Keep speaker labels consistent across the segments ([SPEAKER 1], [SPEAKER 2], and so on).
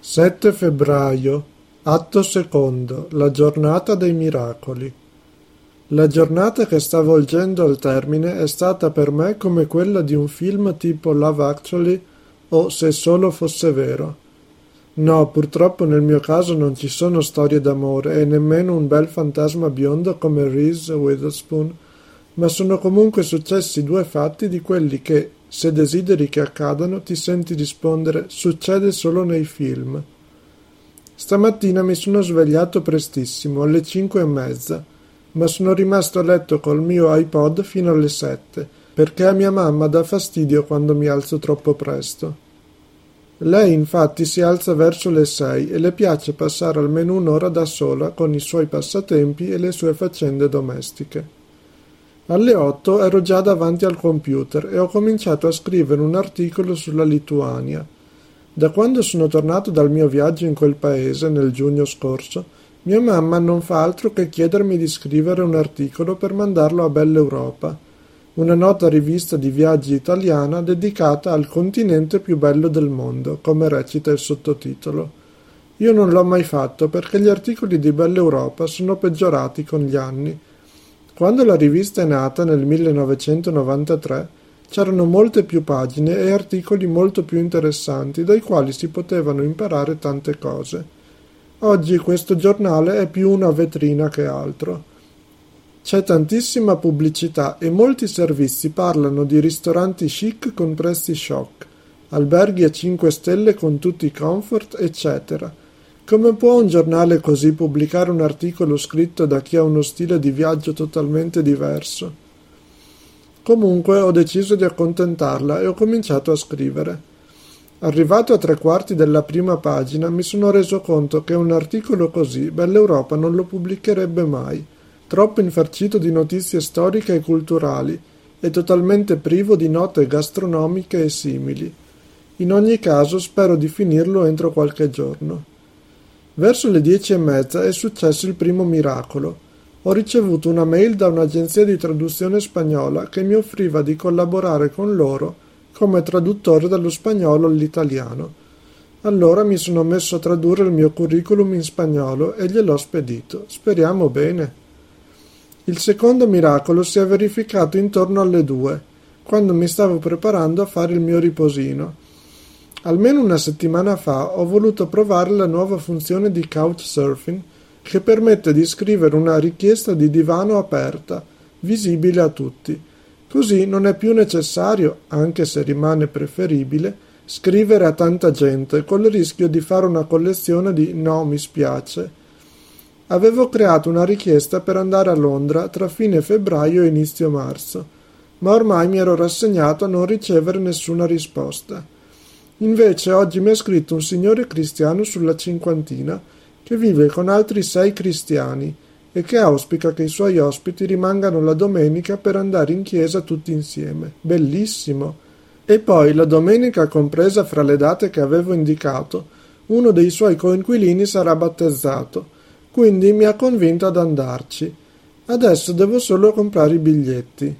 [SPEAKER 1] 7 febbraio, atto secondo, la giornata dei miracoli. La giornata che sta volgendo al termine è stata per me come quella di un film tipo Love Actually o Se solo fosse vero. No, purtroppo nel mio caso non ci sono storie d'amore e nemmeno un bel fantasma biondo come Reese Witherspoon, ma sono comunque successi due fatti di quelli che, se desideri che accadano, ti senti rispondere «succede solo nei film». Stamattina mi sono svegliato prestissimo, alle 5:30, ma sono rimasto a letto col mio iPod fino alle 7, perché a mia mamma dà fastidio quando mi alzo troppo presto. Lei infatti si alza verso le 6 e le piace passare almeno un'ora da sola con i suoi passatempi e le sue faccende domestiche. Alle 8 ero già davanti al computer e ho cominciato a scrivere un articolo sulla Lituania. Da quando sono tornato dal mio viaggio in quel paese nel giugno scorso, mia mamma non fa altro che chiedermi di scrivere un articolo per mandarlo a Bella Europa, una nota rivista di viaggi italiana dedicata al continente più bello del mondo, come recita il sottotitolo. Io non l'ho mai fatto perché gli articoli di Bella Europa sono peggiorati con gli anni. Quando la rivista è nata nel 1993 c'erano molte più pagine e articoli molto più interessanti dai quali si potevano imparare tante cose. Oggi questo giornale è più una vetrina che altro. C'è tantissima pubblicità e molti servizi parlano di ristoranti chic con prezzi shock, alberghi a 5 stelle con tutti i comfort, eccetera. Come può un giornale così pubblicare un articolo scritto da chi ha uno stile di viaggio totalmente diverso? Comunque ho deciso di accontentarla e ho cominciato a scrivere. Arrivato a 3/4 della prima pagina mi sono reso conto che un articolo così Bella Europa non lo pubblicherebbe mai, troppo infarcito di notizie storiche e culturali e totalmente privo di note gastronomiche e simili. In ogni caso spero di finirlo entro qualche giorno. Verso le 10:30 è successo il primo miracolo. Ho ricevuto una mail da un'agenzia di traduzione spagnola che mi offriva di collaborare con loro come traduttore dallo spagnolo all'italiano. Allora mi sono messo a tradurre il mio curriculum in spagnolo e gliel'ho spedito. Speriamo bene. Il secondo miracolo si è verificato intorno alle 2, quando mi stavo preparando a fare il mio riposino. Almeno una settimana fa ho voluto provare la nuova funzione di Couchsurfing che permette di scrivere una richiesta di divano aperta, visibile a tutti. Così non è più necessario, anche se rimane preferibile, scrivere a tanta gente col rischio di fare una collezione di «no, mi spiace». Avevo creato una richiesta per andare a Londra tra fine febbraio e inizio marzo, ma ormai mi ero rassegnato a non ricevere nessuna risposta. Invece oggi mi ha scritto un signore cristiano sulla cinquantina che vive con altri 6 cristiani e che auspica che i suoi ospiti rimangano la domenica per andare in chiesa tutti insieme. Bellissimo! E poi, la domenica compresa fra le date che avevo indicato, uno dei suoi coinquilini sarà battezzato, quindi mi ha convinto ad andarci. Adesso devo solo comprare i biglietti.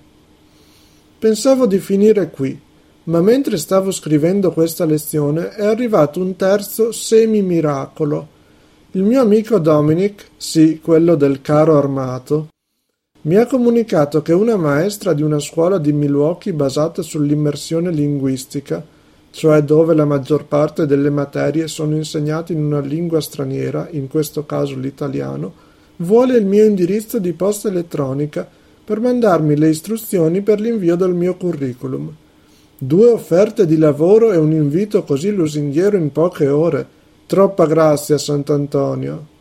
[SPEAKER 1] Pensavo di finire qui, ma mentre stavo scrivendo questa lezione è arrivato un terzo semi-miracolo. Il mio amico Dominic, sì, quello del carro armato, mi ha comunicato che una maestra di una scuola di Milwaukee basata sull'immersione linguistica, cioè dove la maggior parte delle materie sono insegnate in una lingua straniera, in questo caso l'italiano, vuole il mio indirizzo di posta elettronica per mandarmi le istruzioni per l'invio del mio curriculum. 2 offerte di lavoro e un invito così lusinghiero in poche ore. Troppa grazia, Sant'Antonio.